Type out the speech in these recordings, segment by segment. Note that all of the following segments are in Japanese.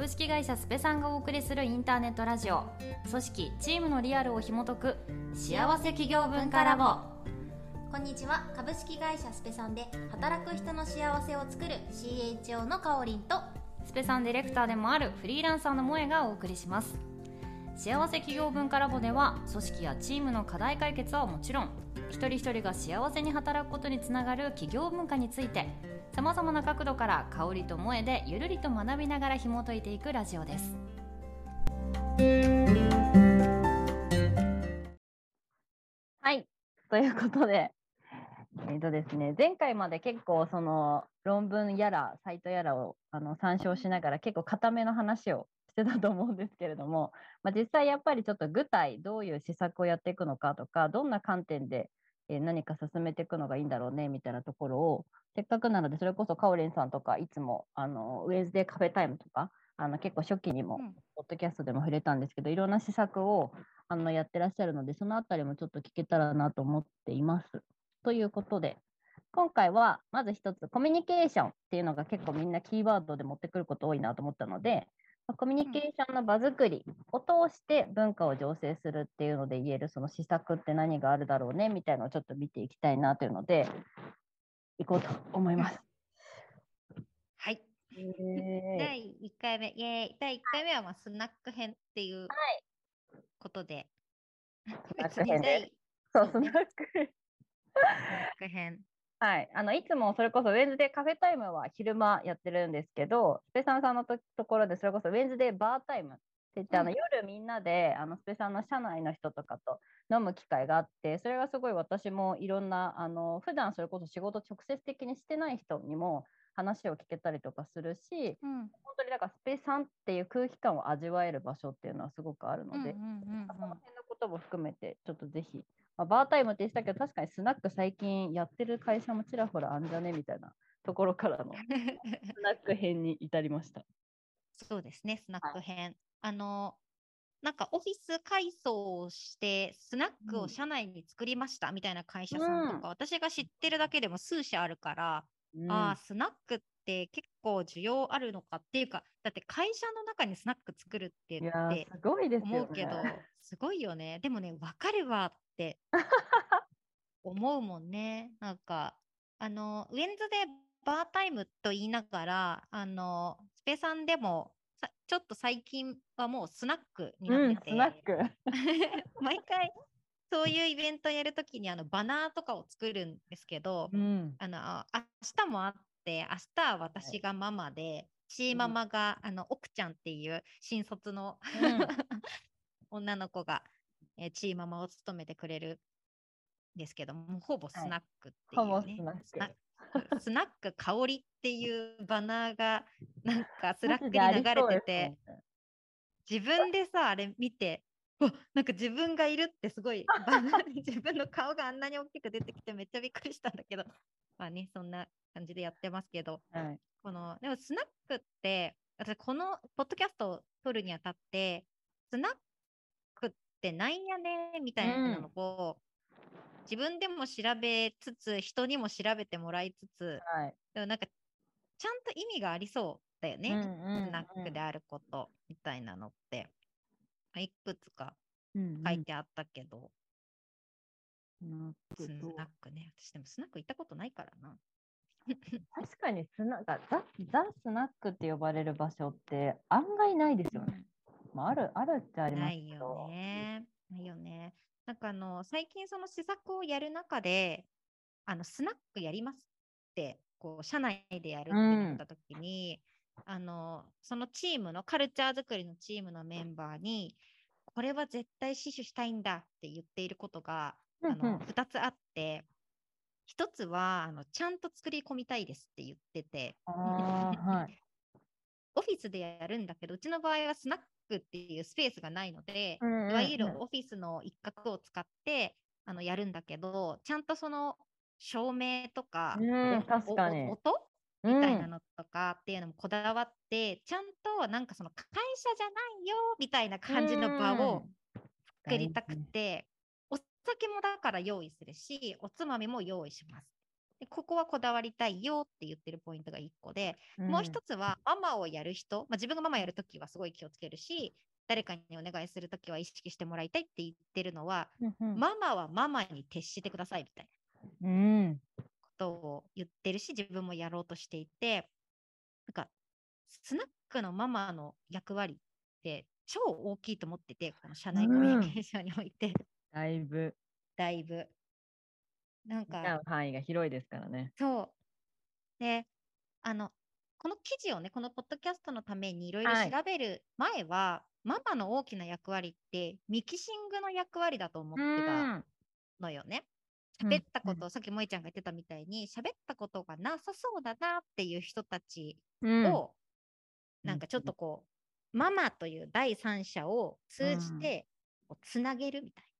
株式会社スペさんがお送りするインターネットラジオ、組織チームのリアルを紐解く幸せ企業文化ラボ。 こんにちは。株式会社スペさんで働く人の幸せを作る CHO のかおりんと、 スペさんディレクターでもあるフリーランサーの萌がお送りします。幸せ企業文化ラボでは、組織やチームの課題解決はもちろん、一人一人が幸せに働くことにつながる企業文化について、さまざまな角度から香りと萌でゆるりと学びながら紐解いていくラジオです。はい、ということで、ですね、前回まで結構その論文やらサイトやらを参照しながら結構固めの話をしてたと思うんですけれども、実際やっぱりちょっと具体どういう施策をやっていくのかとか、どんな観点で何か進めていくのがいいんだろうねみたいなところを、せっかくなのでそれこそかおりんさんとかいつもウェンズデーカフェタイムとか結構初期にもポッドキャストでも触れたんですけど、いろんな施策をやってらっしゃるので、そのあたりもちょっと聞けたらなと思っています。ということで、今回はまず一つコミュニケーションっていうのが結構みんなキーワードで持ってくること多いなと思ったので、コミュニケーションの場作りを通して文化を醸成するっていうので言えるその施策って何があるだろうねみたいなのをちょっと見ていきたいなというのでいこうと思います。 はい。第1回目、イエーイ。第1回目はスナック編っていうことで、 スナック編で、そう、スナック編。 はい、いつもそれこそウェンズデーカフェタイムは昼間やってるんですけど、スペさんさんのところでそれこそウェンズデーバータイムって言って、夜みんなでスペさんの社内の人とかと飲む機会があって、それがすごい私もいろんな普段それこそ仕事直接的にしてない人にも話を聞けたりとかするし、本当にだからスペさんっていう空気感を味わえる場所っていうのはすごくあるので、その辺のことも含めてちょっとぜひ。バータイムって言ってたけど、確かにスナック最近やってる会社もちらほらあんじゃねみたいなところからのスナック編に至りました。 そうですね、スナック編。なんかオフィス改装をしてスナックを社内に作りましたみたいな会社さんとか、私が知ってるだけでも数社あるから、スナックって結構需要あるのかっていうか、だって会社の中にスナック作るってすごいですよね。 思うけど、すごいよね。でもね、わかるわって思うもんね。なんか、ウェンズでバータイムと言いながら、スペさんでもちょっと最近はもうスナックになってて、 スナック毎回そういうイベントやるときにバナーとかを作るんですけど、明日もあって、明日は私がママで、チーママが奥ちゃんっていう新卒の女の子が、チーママを務めてくれるんですけども、ほぼスナックっていうね、スナック香りっていうバナーがなんかスラックに流れてて、自分でさあれ見て、なんか自分がいるってすごいバナーに自分の顔があんなに大きく出てきてめっちゃびっくりしたんだけど、まあね、そんな感じでやってますけど、でもスナックって私このポッドキャストを撮るにあたって、スナックってなんやねみたいなのを、自分でも調べつつ、人にも調べてもらいつつ、でもなんかちゃんと意味がありそうだよね、スナックであることみたいなのっていくつか書いてあったけど、スナックね、私でもスナック行ったことないからな。 確かにザ・スナックって呼ばれる場所って案外ないですよね。あるっちゃありますけど。 ないよね。なんか最近その施策をやる中で、スナックやりますってこう社内でやるってなった時に、そのチームのカルチャー作りのチームのメンバーに、これは絶対死守したいんだって言っていることが2つあって、1つはちゃんと作り込みたいですって言ってて、オフィスでやるんだけど、うちの場合はスナックっていうスペースがないので、いわゆるオフィスの一角を使ってやるんだけど、ちゃんとその照明とか、音みたいなのとかっていうのもこだわって、ちゃんとなんかその会社じゃないよみたいな感じの場を作りたくて、お酒もだから用意するし、おつまみも用意します。 でここはこだわりたいよって言ってるポイントが1個で、もう1つはママをやる人、自分がママやるときはすごい気をつけるし、誰かにお願いするときは意識してもらいたいって言ってるのは、ママはママに徹してくださいみたいなことを言ってるし、自分もやろうとしていて、なんかスナックのママの役割って超大きいと思ってて、この社内コミュニケーションにおいて。 だいぶ。 なんか。 範囲が広いですからね。 そう。で、この記事をね、このポッドキャストのためにいろいろ調べる前は、ママの大きな役割ってミキシングの役割だと思ってたのよね。喋ったこと、さっき萌ちゃんが言ってたみたいに、喋ったことがなさそうだなっていう人たちを、なんかちょっとこう、ママという第三者を通じてつなげるみたいな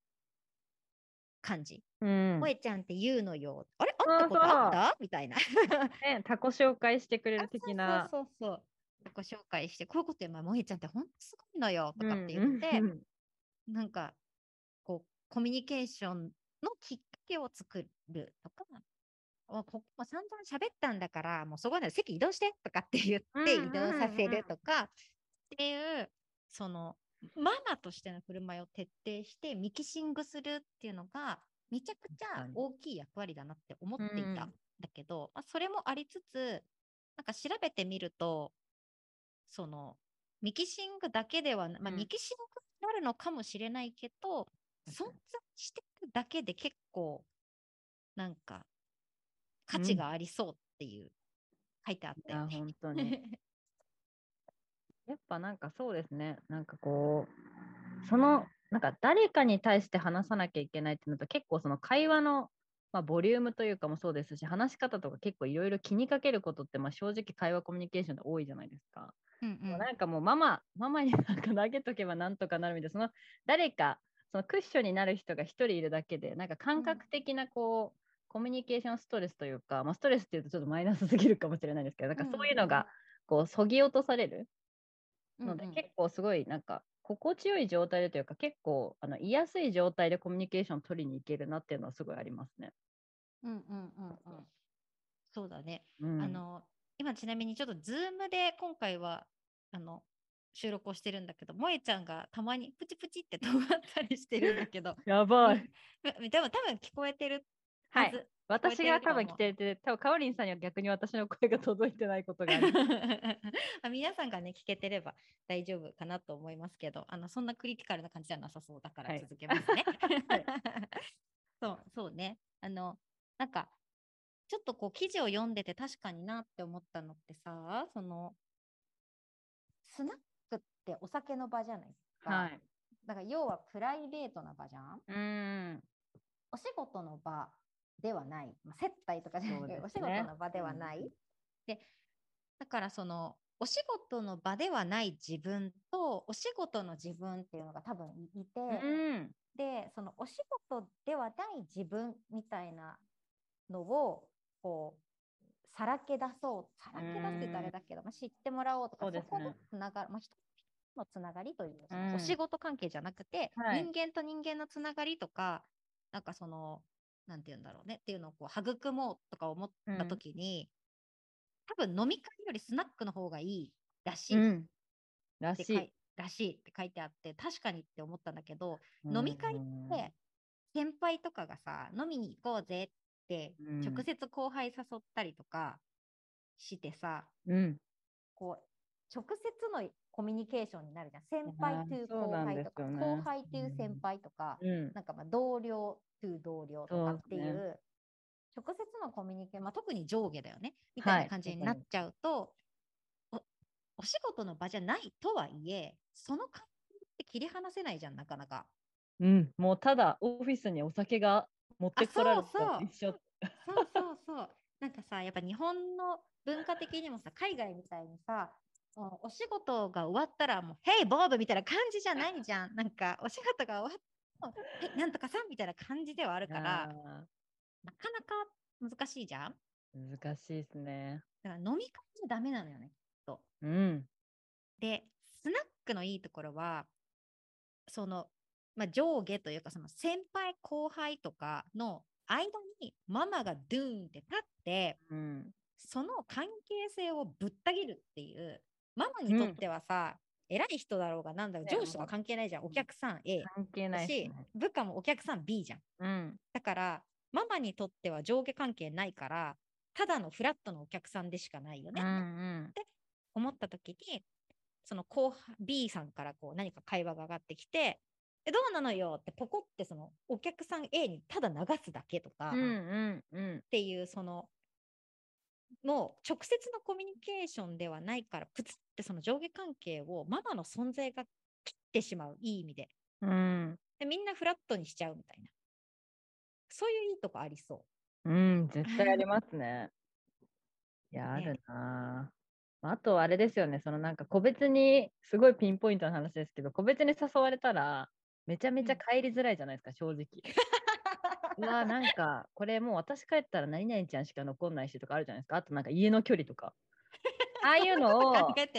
感じ。萌ちゃんって言うのよ。あれ会ったことあったみたいな。 他己紹介してくれる的な。 そう。他己紹介して、こういうこと言う萌ちゃんって本当すごいのよとかって言って、なんか、こう、コミュニケーションのきっかけを作るとか、ここも散々喋ったんだから、もうそこまで席移動してとかって言って移動させるとかっていう、そのママとしての振る舞いを徹底してミキシングするっていうのがめちゃくちゃ大きい役割だなって思っていたんだけど、それもありつつ、なんか調べてみると、そのミキシングだけではミキシングになるのかもしれないけど、存在してるだけで結構なんか価値がありそうっていう書いてあって。 本当に。やっぱなんかそうですね。なんかこう、なんか誰かに対して話さなきゃいけないっていうのと、結構その会話の、ボリュームというかもそうですし、話し方とか結構いろいろ気にかけることって、正直会話コミュニケーションで多いじゃないですか。なんかもうママになんか投げとけばなんとかなるみたいな、誰か、そのクッションになる人が一人いるだけで、なんか感覚的なこう、コミュニケーションストレスというか、ストレスっていうとちょっとマイナスすぎるかもしれないですけど、なんかそういうのがこう、そぎ落とされるので、結構すごいなんか、心地よい状態でというか、結構言いやすい状態でコミュニケーション取りに行けるなっていうのはすごいありますね。 そうだね。今ちなみにちょっとズームで今回は収録をしてるんだけど、萌ちゃんがたまにプチプチって止まったりしてるんだけどやばい。 でも多分聞こえてるはず。 私が多分来てて、多分かおりんさんには逆に私の声が届いてないことがある。 皆さんがね、聞けてれば大丈夫かなと思いますけど、そんなクリティカルな感じじゃなさそうだから続けますね。そうね。なんか、ちょっとこう記事を読んでて確かになって思ったのってさ、スナックってお酒の場じゃないですか。だから要はプライベートな場じゃん。お仕事の場ではない。接待とかじゃなくて、お仕事の場ではない。で、だからお仕事の場ではない自分とお仕事の自分っていうのが多分いて、で、お仕事ではない自分みたいなのをこうさらけ出そう、さらけ出すって言うとあれだけど、知ってもらおうとか、そこのつながる、人のつながりというお仕事関係じゃなくて、人間と人間のつながりとか、なんかなんて言うんだろうねっていうのをこう育もうとか思った時に、多分飲み会よりスナックの方がいいらしい。らしいって書いてあって、確かにって思ったんだけど、飲み会って先輩とかがさ、飲みに行こうぜって直接後輩誘ったりとかしてさ、こう直接のコミュニケーションになるじゃん。先輩という後輩とか、後輩という先輩とか、なんか同僚という同僚とかっていう、直接のコミュニケーション、特に上下だよねみたいな感じになっちゃうと、お仕事の場じゃないとはいえ、その感じって切り離せないじゃん、なかなか。 もうただオフィスにお酒が持ってこられたと一緒。 そう。なんかさ、やっぱ日本の文化的にもさ、海外みたいにさ、お仕事が終わったらもう「ヘイボブ!」みたいな感じじゃないじゃん。なんかお仕事が終わったら「はいなんとかさん」みたいな感じではあるから、なかなか難しいじゃん。 難しいですね。 だから飲み会じゃダメなのよね、きっと。で、スナックのいいところは、上下というか、先輩後輩とかの間にママがドゥーンって立って、その関係性をぶった切るっていう、ママにとってはさ、偉い人だろうがなんだろう、上司とか関係ないじゃん。お客さん A 関係ないだし、部下もお客さん B じゃん。だからママにとっては上下関係ないから、ただのフラットのお客さんでしかないよね、って思った時に、その後輩 B さんからこう何か会話が上がってきて、どうなのよってポコってそのお客さん A にただ流すだけとか、っていうそのもう直接のコミュニケーションではないから、プツってその上下関係をママの存在が切ってしまう、いい意味で。でみんなフラットにしちゃうみたいな、そういういいとこありそう。 絶対ありますね。いや、あるな。あとはあれですよね、そのなんか個別に、すごいピンポイントの話ですけど、個別に誘われたら、めちゃめちゃ帰りづらいじゃないですか、正直。うわ、なんか、これもう私帰ったら何々ちゃんしか残んないしとかあるじゃないですか。あとなんか家の距離とか。ああいうのを、なんか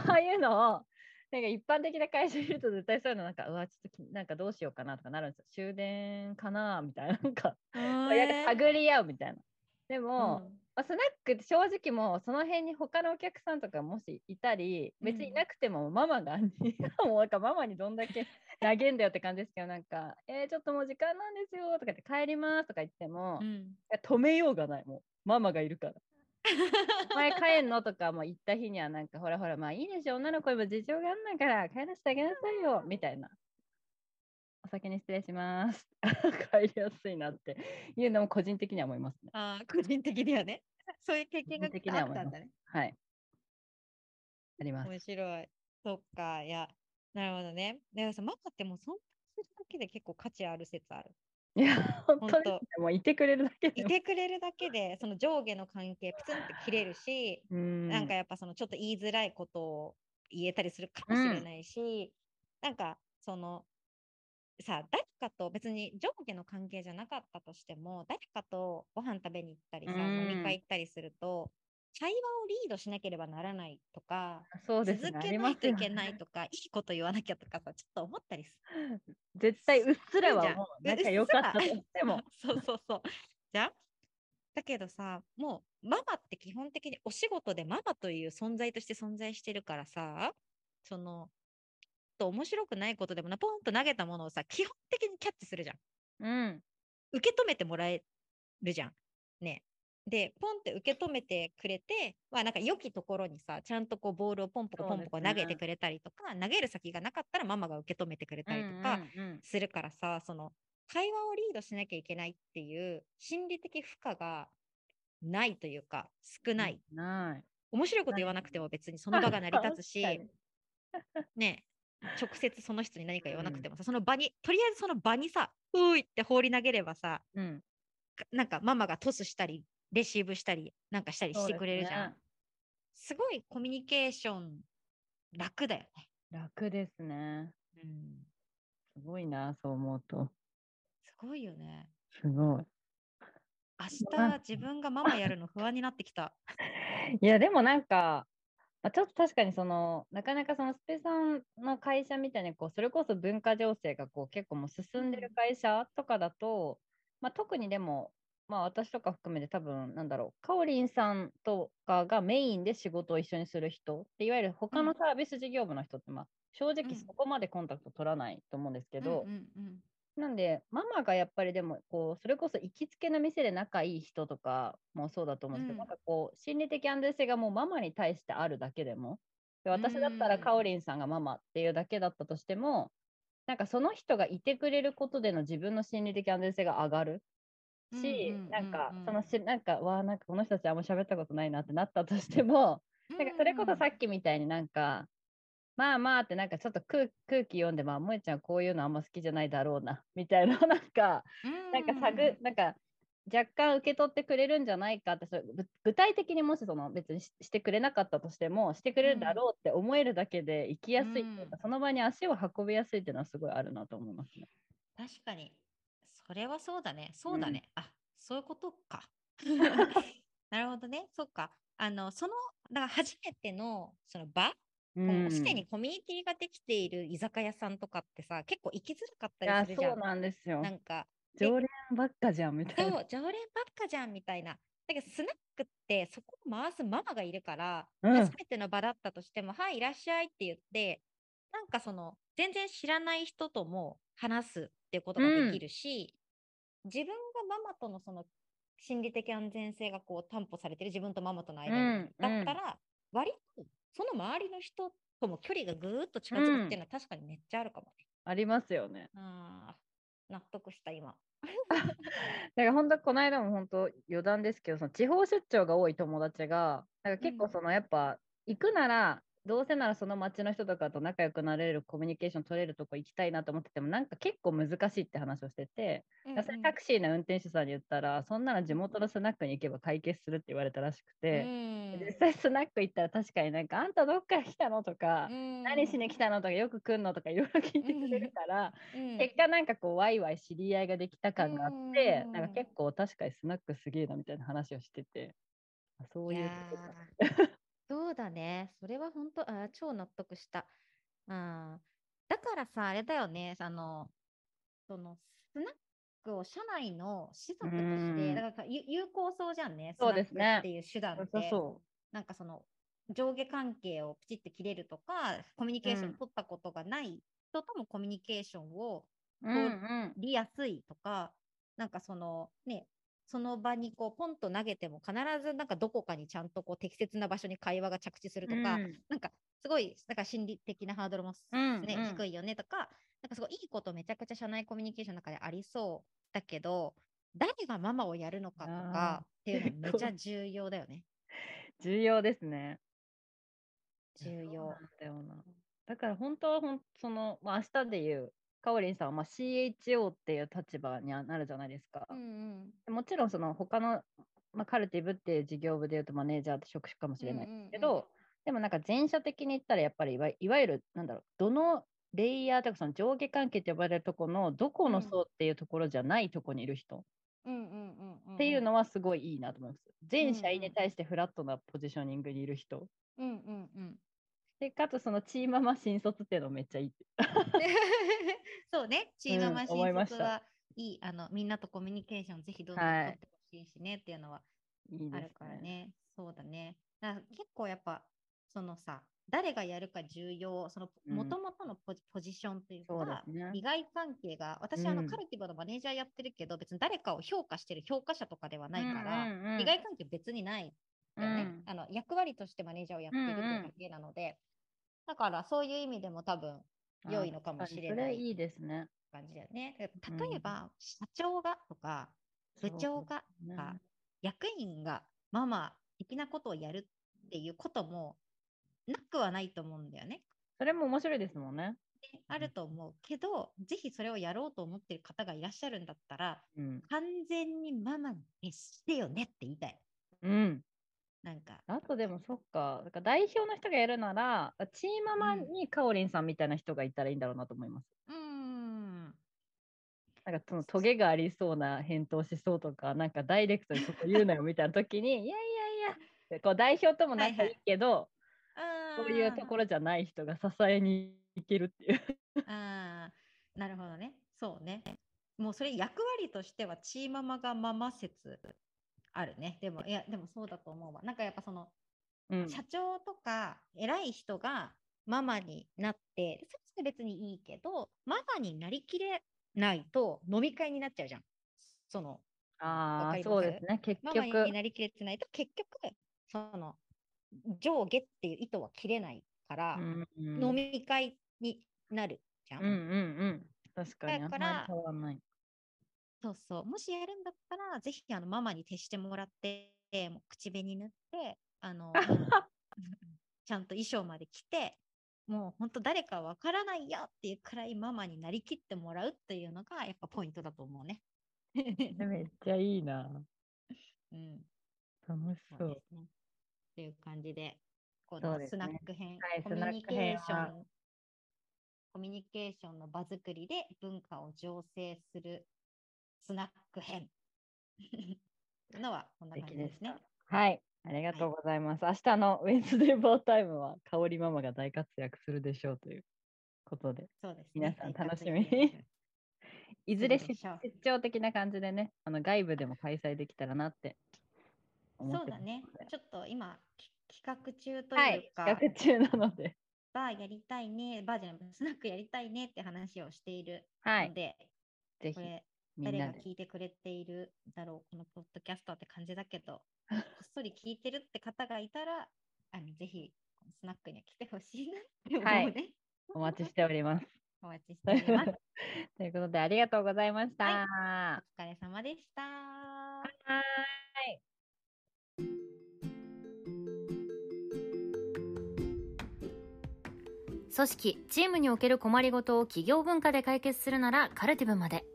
一般的な会社いると絶対そういうのなんか、うわ、ちょっとなんかどうしようかなとかなるんですよ。終電かなみたいな、なんか、探り合うみたいな。でも、スナックって正直もうその辺に他のお客さんとかもしいたり、別にいなくてもママが、もうなんかママにどんだけ投げんだよって感じですけど、なんか、ちょっともう時間なんですよとか言って帰りますとか言っても、止めようがない、もうママがいるから。お前帰んのとかも言った日にはなんかほらほらまあいいでしょ、女の子今事情があんだから帰らせてあげなさいよみたいな。お先に失礼します。帰りやすいなっていうのも個人的には思いますね。 個人的にはね。そういう経験があったんだね。 はい。あります。 面白い。そっか。いや、なるほどね。だからさ、ママってもう存在するだけで結構価値ある説ある。 いや、本当に、もういてくれるだけで。 いてくれるだけで、その上下の関係、プツンって切れるし、なんかやっぱそのちょっと言いづらいことを言えたりするかもしれないし、なんかその、さ、誰かと別に上下の関係じゃなかったとしても、誰かとご飯食べに行ったりさ、飲み会行ったりすると、会話をリードしなければならないとか、続けないといけないとか、いいこと言わなきゃとかさ、ちょっと思ったりする。絶対うっすらはもう仲良かったとしても。 そうそうそう。じゃあだけどさ、もうママって基本的にお仕事でママという存在として存在してるからさ、その、面白くないことでもな、ポンと投げたものをさ、基本的にキャッチするじゃん。受け止めてもらえるじゃん。ね。で、ポンって受け止めてくれて、なんか良きところにさ、ちゃんとこうボールをポンポコポンポコ投げてくれたりとか、投げる先がなかったらママが受け止めてくれたりとかするからさ、その会話をリードしなきゃいけないっていう心理的負荷がないというか、少ない。面白いこと言わなくても別にその場が成り立つし、ね、直接その人に何か言わなくてもさ、その場に、とりあえずその場にさ、ういって放り投げればさ、なんかママがトスしたり、レシーブしたり、なんかしたりしてくれるじゃん。すごいコミュニケーション楽だよね。 楽ですね。すごいな、そう思うと。 すごいよね。 すごい。 明日自分がママやるの不安になってきた。 いや、でもなんか、ちょっと確かにその、なかなかそのスペさんの会社みたいにこう、それこそ文化情勢がこう結構もう進んでる会社とかだと、特にでも、私とか含めて多分、なんだろう、かおりんさんとかがメインで仕事を一緒にする人って、いわゆる他のサービス事業部の人って、正直そこまでコンタクト取らないと思うんですけど、なんで、ママがやっぱりでも、こう、それこそ行きつけの店で仲いい人とかもそうだと思うんですけど、なんかこう、心理的安全性がもうママに対してあるだけでも、で私だったらかおりんさんがママっていうだけだったとしても、なんかその人がいてくれることでの自分の心理的安全性が上がるし、なんか、なんか、なんかこの人たちあんま喋ったことないなってなったとしても、なんかそれこそさっきみたいになんか、まあまあってなんかちょっと空気読んで、萌ちゃんこういうのあんま好きじゃないだろうな、みたいな、なんか若干受け取ってくれるんじゃないかって、それ具体的にもしその別にしてくれなかったとしても、してくれるだろうって思えるだけで行きやすいっていうか、その場に足を運びやすいっていうのはすごいあるなと思いますね。 確かに。それはそうだね。そうだね。そういうことか。なるほどね。そっか。だから初めてのその場、もうすでにコミュニティができている居酒屋さんとかってさ、結構行きづらかったりするじゃん。 そうなんですよ。 なんか、 常連ばっかじゃんみたいな。 そう、常連ばっかじゃんみたいな。だけどスナックってそこを回すママがいるから、初めての場だったとしても、はい、いらっしゃいって言って、なんかその、全然知らない人とも話すっていうことができるし、自分がママとのその心理的安全性がこう担保されてる自分とママとの間に、だったら、割とその周りの人とも距離がぐーっと近づくっていうのは確かにめっちゃあるかもね。 ありますよね。 納得した今。 だから本当この間も本当余談ですけど、その地方出張が多い友達がなんか結構そのやっぱ行くならどうせならその町の人とかと仲良くなれるコミュニケーション取れるとこ行きたいなと思っててもなんか結構難しいって話をしてて、それタクシーの運転手さんに言ったらそんなの地元のスナックに行けば解決するって言われたらしくて、実際スナック行ったら確かになんかあんたどっから来たのとか、何しに来たのとかよく来んのとかいろいろ聞いてくれるから、結果なんかこうワイワイ知り合いができた感があって、なんか結構確かにスナックすげえなみたいな話をしてて、そういうそうだね。それは本当、超納得した。だからさ、あれだよね。そのスナックを社内の施策として、だから有効そうじゃんね。スナックっていう手段って。なんかその上下関係をプチって切れるとか、コミュニケーションを取ったことがない人ともコミュニケーションを取りやすいとか、なんかそのね、その場にこうポンと投げても必ずなんかどこかにちゃんとこう適切な場所に会話が着地するとか、なんかすごいなんか心理的なハードルも、ね低いよねとか、なんかすごいいいことめちゃくちゃ社内コミュニケーションの中でありそうだけど、誰がママをやるのかとかっていうのはめちゃ重要だよね。 重要ですね。 重要。 なんだよな。だから本当はその、明日で言うかおりんさんはCHO っていう立場になるじゃないですか。もちろんその他の、カルティブっていう事業部でいうとマネージャーって職種かもしれないですけど、でもなんか全社的に言ったらやっぱりいわゆるなんだろう、どのレイヤーとかその上下関係って呼ばれるところのどこの層っていうところじゃないところにいる人っていうのはすごいいいなと思います。全社員に対してフラットなポジショニングにいる人。でかつそのチーママ新卒っていうのめっちゃいいそうね、チーママ新卒はいい、みんなとコミュニケーションぜひどんどん取ってほしいしねっていうのはあるからね。そうだね。だから結構やっぱそのさ、誰がやるか重要、その元々のポジションというか、利害関係が、私カルティバのマネージャーやってるけど、別に誰かを評価してる評価者とかではないから、利害関係別にないだよね。役割としてマネージャーをやっているというだけなので、だからそういう意味でも多分良いのかもしれない。 それいいですね。 感じだよね。例えば、社長がとか部長がとか、役員がママ的なことをやるっていうこともなくはないと思うんだよね。 それも面白いですもんね。 あると思うけど、ぜひそれをやろうと思ってる方がいらっしゃるんだったら、完全にママに徹してよねって言いたい。なんかあとでもそっか、だから代表の人がやるなら、チーママにかおりんさんみたいな人がいたらいいんだろうなと思います。なんかそのトゲがありそうな返答しそうとか、なんかダイレクトにそこ言うなよみたいな時に、いやこう代表とも仲いいけど、そういうところじゃない人が支えに行けるっていう。 なるほどね。そうね。もうそれ役割としてはチーママがママ説あるね。でもそうだと思うわ。なんかやっぱその、社長とか偉い人がママになって、それ別にいいけど、ママになりきれないと飲み会になっちゃうじゃん。その、 そうですね。結局。 ママになりきれてないと結局、その、上下っていう糸は切れないから、飲み会になるじゃん。 確かに。 だから変わらない。 そうそう。もしやるんだったら、ぜひママに徹してもらって、もう口紅塗って、ちゃんと衣装まで着て、もう本当誰かわからないよっていうくらいママになりきってもらうっていうのがやっぱポイントだと思うね。 めっちゃいいな。楽しそう。 という感じで、このスナック編、コミュニケーションの場作りで文化を醸成するスナック編のはこんな感じですね。 はい、ありがとうございます。明日のウェンズデーバータイムは香りママが大活躍するでしょうということで、皆さん楽しみにいずれ出張的な感じでね、外部でも開催できたらなって思ってます。 そうだね。ちょっと今、企画中というか、 はい、企画中なので。 バーやりたいね、バーじゃない、スナックやりたいねって話をしているので、 ぜひこれ、誰が聞いてくれているだろう、このポッドキャストって感じだけど、こっそり聞いてるって方がいたら、ぜひ、スナックに来てほしいなって思うね。はい、 お待ちしております。 お待ちしております。 ということで、ありがとうございました。 はい、お疲れ様でした。 はい。 組織・チームにおける困りごとを企業文化で解決するならカルティブまで。